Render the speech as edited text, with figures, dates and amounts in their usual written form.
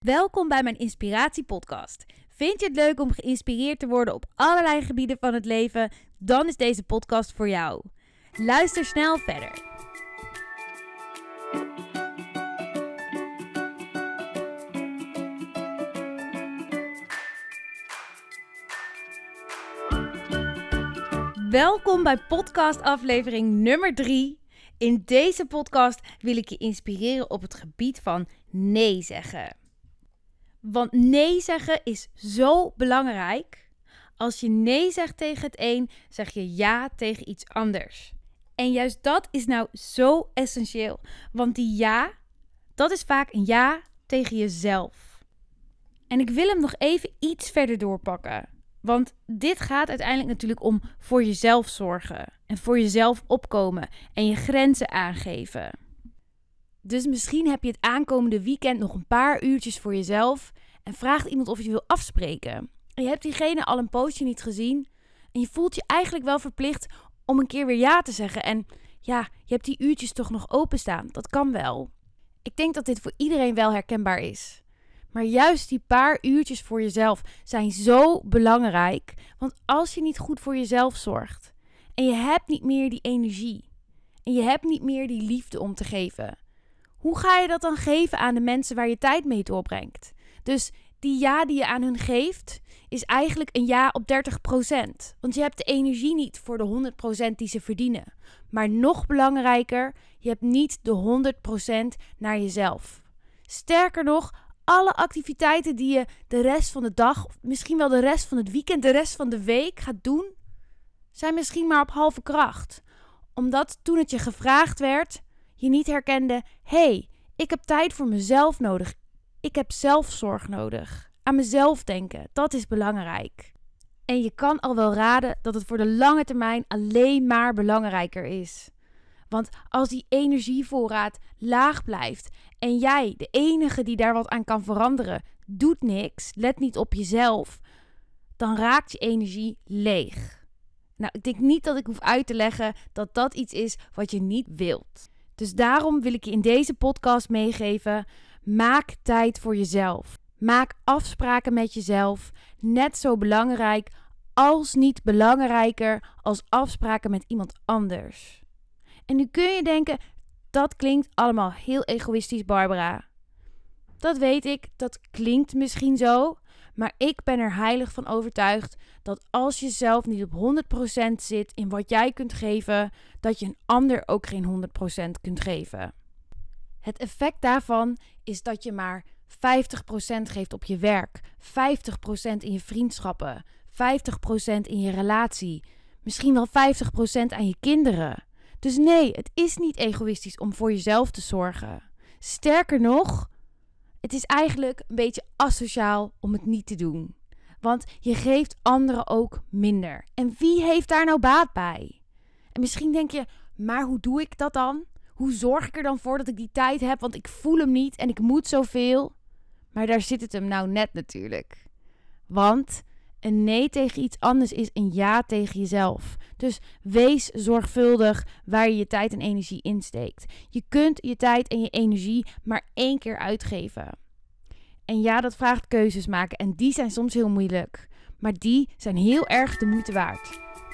Welkom bij mijn Inspiratiepodcast. Vind je het leuk om geïnspireerd te worden op allerlei gebieden van het leven? Dan is deze podcast voor jou. Luister snel verder. Welkom bij podcast aflevering nummer 3. In deze podcast wil ik je inspireren op het gebied van nee zeggen. Want nee zeggen is zo belangrijk. Als je nee zegt tegen het een, zeg je ja tegen iets anders. En juist dat is nou zo essentieel. Want die ja, dat is vaak een ja tegen jezelf. En ik wil hem nog even iets verder doorpakken. Want dit gaat uiteindelijk natuurlijk om voor jezelf zorgen. En voor jezelf opkomen en je grenzen aangeven. Dus misschien heb je het aankomende weekend nog een paar uurtjes voor jezelf en vraagt iemand of je wil afspreken. En je hebt diegene al een poosje niet gezien en je voelt je eigenlijk wel verplicht om een keer weer ja te zeggen. En ja, je hebt die uurtjes toch nog openstaan. Dat kan wel. Ik denk dat dit voor iedereen wel herkenbaar is. Maar juist die paar uurtjes voor jezelf zijn zo belangrijk. Want als je niet goed voor jezelf zorgt en je hebt niet meer die energie en je hebt niet meer die liefde om te geven, hoe ga je dat dan geven aan de mensen waar je tijd mee doorbrengt? Dus die ja die je aan hun geeft, is eigenlijk een ja op 30%. Want je hebt de energie niet voor de 100% die ze verdienen. Maar nog belangrijker, je hebt niet de 100% naar jezelf. Sterker nog, alle activiteiten die je de rest van de dag, of misschien wel de rest van het weekend, de rest van de week gaat doen, zijn misschien maar op halve kracht. Omdat toen het je gevraagd werd, je niet herkende, hey, ik heb tijd voor mezelf nodig. Ik heb zelfzorg nodig. Aan mezelf denken, dat is belangrijk. En je kan al wel raden dat het voor de lange termijn alleen maar belangrijker is. Want als die energievoorraad laag blijft en jij, de enige die daar wat aan kan veranderen, doet niks, let niet op jezelf, dan raakt je energie leeg. Nou, ik denk niet dat ik hoef uit te leggen dat dat iets is wat je niet wilt. Dus daarom wil ik je in deze podcast meegeven, maak tijd voor jezelf. Maak afspraken met jezelf, net zo belangrijk als niet belangrijker als afspraken met iemand anders. En nu kun je denken, dat klinkt allemaal heel egoïstisch, Barbara. Dat weet ik, dat klinkt misschien zo, maar ik ben er heilig van overtuigd dat als je zelf niet op 100% zit in wat jij kunt geven, dat je een ander ook geen 100% kunt geven. Het effect daarvan is dat je maar 50% geeft op je werk, 50% in je vriendschappen, 50% in je relatie, misschien wel 50% aan je kinderen. Dus nee, het is niet egoïstisch om voor jezelf te zorgen. Sterker nog, het is eigenlijk een beetje asociaal om het niet te doen. Want je geeft anderen ook minder. En wie heeft daar nou baat bij? En misschien denk je, maar hoe doe ik dat dan? Hoe zorg ik er dan voor dat ik die tijd heb? Want ik voel hem niet en ik moet zoveel. Maar daar zit het hem nou net natuurlijk. Want een nee tegen iets anders is een ja tegen jezelf. Dus wees zorgvuldig waar je je tijd en energie insteekt. Je kunt je tijd en je energie maar 1 keer uitgeven. En ja, dat vraagt keuzes maken en die zijn soms heel moeilijk. Maar die zijn heel erg de moeite waard.